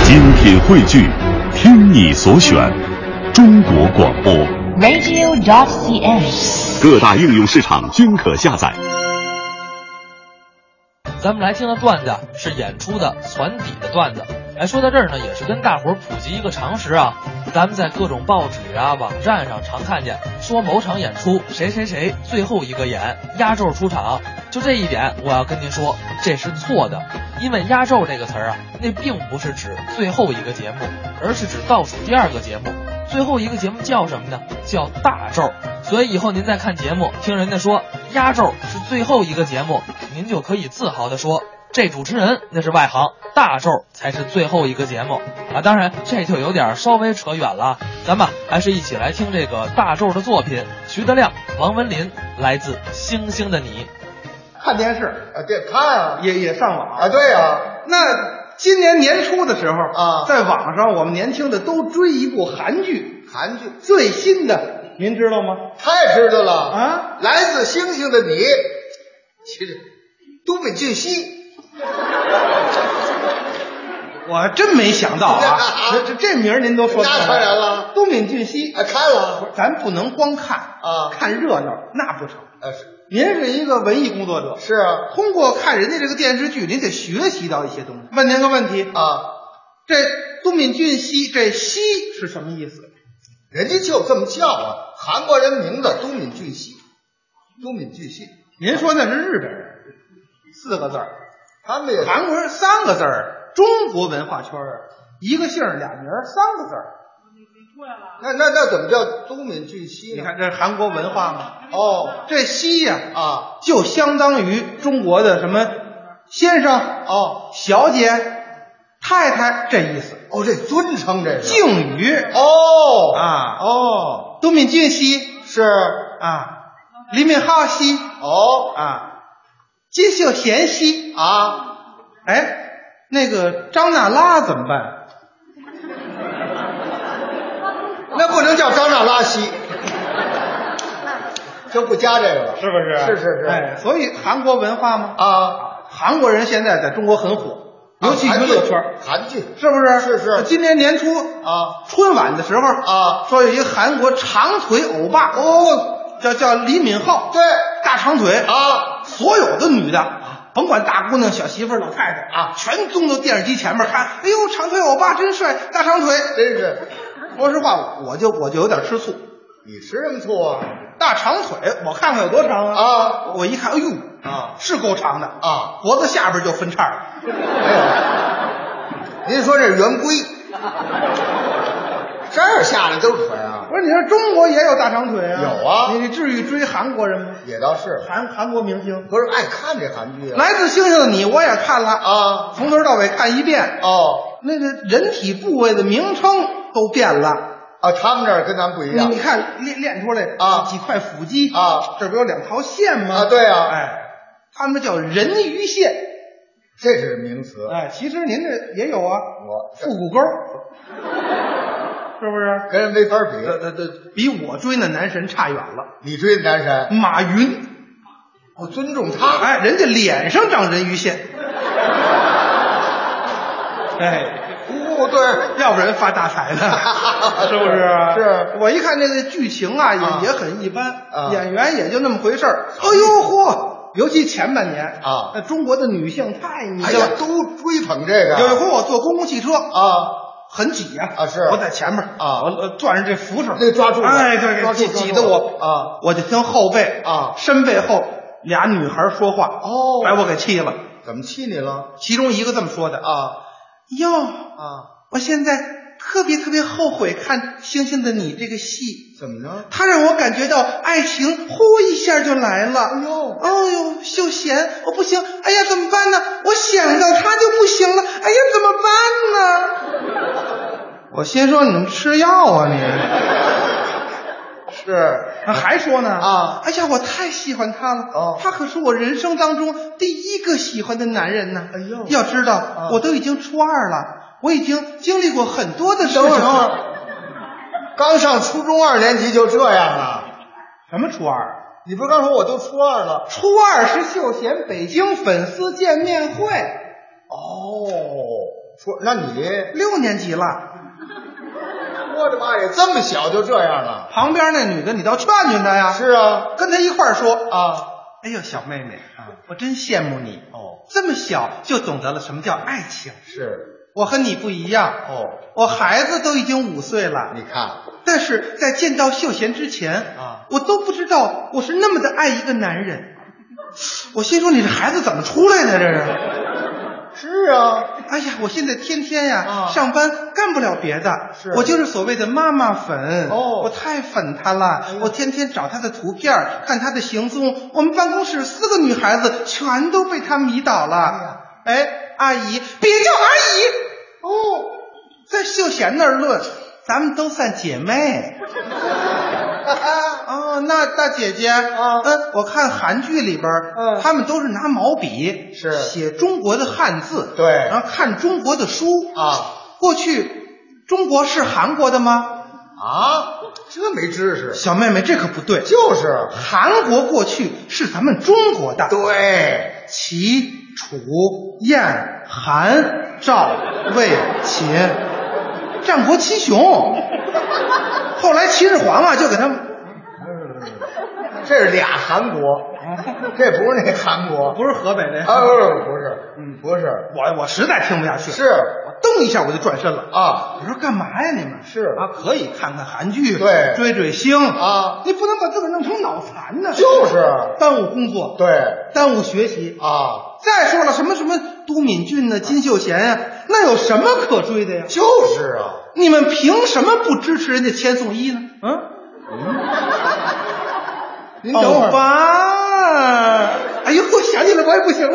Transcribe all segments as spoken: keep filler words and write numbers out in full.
精品汇聚，听你所选，中国广播 radio dot c n， 各大应用市场均可下载。 咱们来听的段子是演出的攒底的段子。哎，说到这儿呢，也是跟大伙儿普及一个常识啊。咱们在各种报纸啊、网站上常看见说某场演出谁谁谁最后一个演，压轴出场。就这一点，我要跟您说，这是错的。因为压轴这个词儿啊，那并不是指最后一个节目，而是指倒数第二个节目。最后一个节目叫什么呢？叫大轴。所以以后您再看节目，听人家说压轴是最后一个节目，您就可以自豪地说，这主持人那是外行，大轴才是最后一个节目啊！当然，这就有点稍微扯远了，咱们还是一起来听这个大轴的作品。徐德亮、王文林，来自《星星的你》。 看电视啊，对，看啊， 也也上网啊，对啊。 那今年年初的时候啊， 在网上我们年轻的都追一部韩剧， 韩剧最新的，您知道吗？ 太知道了啊！ 来自星星的你，其实都敏俊熙。 我还真没想到啊，这这这名您都说出来了。 那当然了， 都敏俊熙啊，看了。 咱不能光看啊， 看热闹那不成。 呃，是。 您是一个文艺工作者， 是啊。 通过看人家这个电视剧，您得学习到一些东西。问您个问题啊， 这都敏俊熙这熙是什么意思？ 人家就这么叫啊，韩国人名字都敏俊熙，都敏俊熙。 您说那是日本人，四个字儿， 他们也韩国人三个字儿。中国文化圈儿一个姓俩名三个字儿， 那那那怎么叫都敏俊熙呢？ 你看这是韩国文化吗？ 哦， 这熙呀啊, 啊， 就相当于中国的什么先生哦、 小姐、太太这意思。 哦，这尊称这是敬语哦啊哦， 都敏俊熙是啊，李敏镐熙哦啊，金秀贤熙啊， 哎。那个张娜拉怎么办？ 那不能叫张娜拉西，就不加这个了， 是不是？ 是是是。 哎，所以韩国文化吗？ 啊， 韩国人现在在中国很火，尤其娱乐圈， 韩剧是不是？ 是是。 今年年初啊， 春晚的时候啊， 说有一个韩国长腿欧巴， 哦， 叫叫李敏镐， 对， 大长腿啊， 所有的女的。甭管大姑娘、小媳妇、老太太啊， 全宗到电视机前面看。哎呦，长腿欧巴真帅，大长腿， 真是。 说实话，我就我就有点吃醋。 你吃什么醋啊？ 大长腿，我看看有多长啊？ 啊， 我一看，哎呦， 啊， 是够长的啊， 脖子下边就分叉了。 哎呦，您说这圆规，这儿下来都是腿啊？ 不是，你说中国也有大长腿啊？ 有啊。 你至于追韩国人吗？ 也倒是， 韩韩国明星不是爱看这韩剧啊。 来自星星的你我也看了啊， 从头到尾看一遍。 哦， 那个人体部位的名称都变了啊，他们这儿跟咱们不一样。 你看练练出来啊， 几块腹肌啊， 这不有两条线吗？ 啊，对啊。 哎，他们叫人鱼线， 这是名词。 哎，其实您这也有啊， 我腹股沟。是不是跟人没法比？ 这这这比我追那男神差远了。 你追的男神马云， 我尊重他。 哎，人家脸上长人鱼线。哎， 不对， 要不然发大财呢，是不是？ 是。 我一看这个剧情啊，也、 啊、 也很一般、 啊， 演员也就那么回事儿。哎呦嚯！尤其前半年啊， 那中国的女性太迷了， 哎呀，都追捧这个。 有一回我坐公共汽车啊。 很挤呀、 啊！是我在前面啊， 我攥着这扶手， 那抓住， 哎，对对， 挤挤的我啊， 我就听后背啊， 身背后俩女孩说话， 哦， 把我给气了。 怎么气你了？ 其中一个这么说的啊， 哟啊， 我现在特别特别后悔看《星星的你》这个戏， 怎么着？ 他让我感觉到爱情呼一下就来了。 哎呦， 哎呦，秀贤，我不行，哎呀，怎么办呢？我想到他就不行了，哎呀，怎么办呢？我心说你们吃药啊你！ 是， 还说呢啊！ 哎呀，我太喜欢他了， 哦， 他可是我人生当中第一个喜欢的男人呢。 哎呦， 要知道、 啊、 我都已经初二了，我已经经历过很多的事情。 等会儿，刚上初中二年级就这样啊？ 什么初二？ 你不是刚说我都初二了？ 初二是秀贤北京粉丝见面会。 哦。 说那你六年级了。 我的妈呀，这么小就这样了？ 旁边那女的你倒劝劝她呀。 是啊， 跟她一块儿说啊。 哎呦，小妹妹啊，我真羡慕你哦， 这么小就懂得了什么叫爱情。 是， 我和你不一样哦， 我孩子都已经五岁了， 你看， 但是在见到秀贤之前啊， 我都不知道我是那么的爱一个男人。我心说你这孩子怎么出来的这是？ 是啊， 哎呀，我现在天天呀、 啊、 上班干不了别的， 是我就是所谓的妈妈粉哦， 我太粉他了、哎，我天天找他的图片，看他的行踪，我们办公室四个女孩子全都被他迷倒了。哎，哎阿姨，别叫阿姨哦，在秀贤那儿论，咱们都算姐妹。哦，那大姐姐， 啊， 嗯，我看韩剧里边， 嗯， 他们都是拿毛笔是写中国的汉字， 对， 然后看中国的书啊。 过去中国是韩国的吗？ 啊，这没知识。 小妹妹，这可不对， 就是韩国过去是咱们中国的。 对， 齐、楚、燕、韩、赵、魏、秦，战国七雄。后来秦始皇啊，就给他们， 这是俩韩国，这不是那韩国， 不是河北那， 啊，不是，不是，嗯，不是， 我我实在听不下去， 是我蹬一下我就转身了啊！ 我说干嘛呀你们？ 是啊，可以看看韩剧， 对， 追追星啊， 你不能把自个儿弄成脑残呢， 就是耽误工作， 对， 耽误学习啊。 再说了，什么什么都敏俊呢、金秀贤呀、啊，那有什么可追的呀？ 就是啊， 你们凭什么不支持人家千颂伊呢？嗯， 嗯您等会儿吧。哎呦，我想起来我也不行了。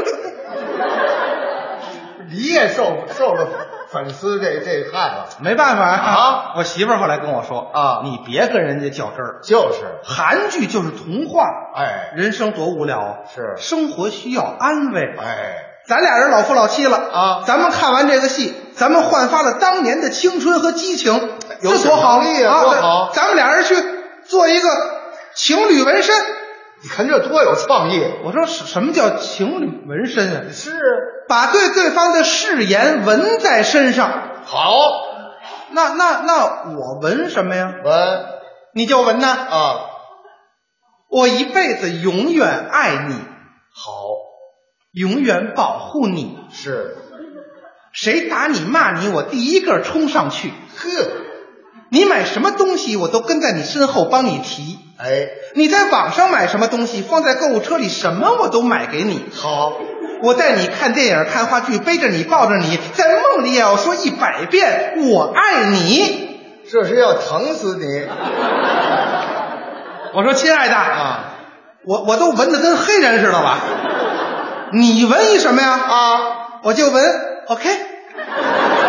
你也受受了粉丝这这害了， 没办法啊！ 我媳妇儿后来跟我说啊， 你别跟人家较真儿， 就是韩剧就是童话， 哎， 人生多无聊， 是生活需要安慰， 哎， 咱俩人老夫老妻了啊， 咱们看完这个戏，咱们焕发了当年的青春和激情， 有多好力啊，多好！ 咱们俩人去做一个情侣纹身。 你看这多有创意！ 我说什么叫情侣纹身啊？ 是把对对方的誓言纹在身上。 好， 那那那我纹什么呀？ 纹， 你就纹呐啊！ 我一辈子永远爱你， 好， 永远保护你。 是， 谁打你骂你，我第一个冲上去。 呵， 你买什么东西，我都跟在你身后帮你提。 哎， 你在网上买什么东西，放在购物车里，什么我都买给你。 好， 我带你看电影、看话剧，背着你，抱着你，在梦里也要说一百遍我爱你。 这是要疼死你！ 我说亲爱的啊， 我我都纹得跟黑人似的了，你纹一什么呀？ 啊， 我就纹 OK。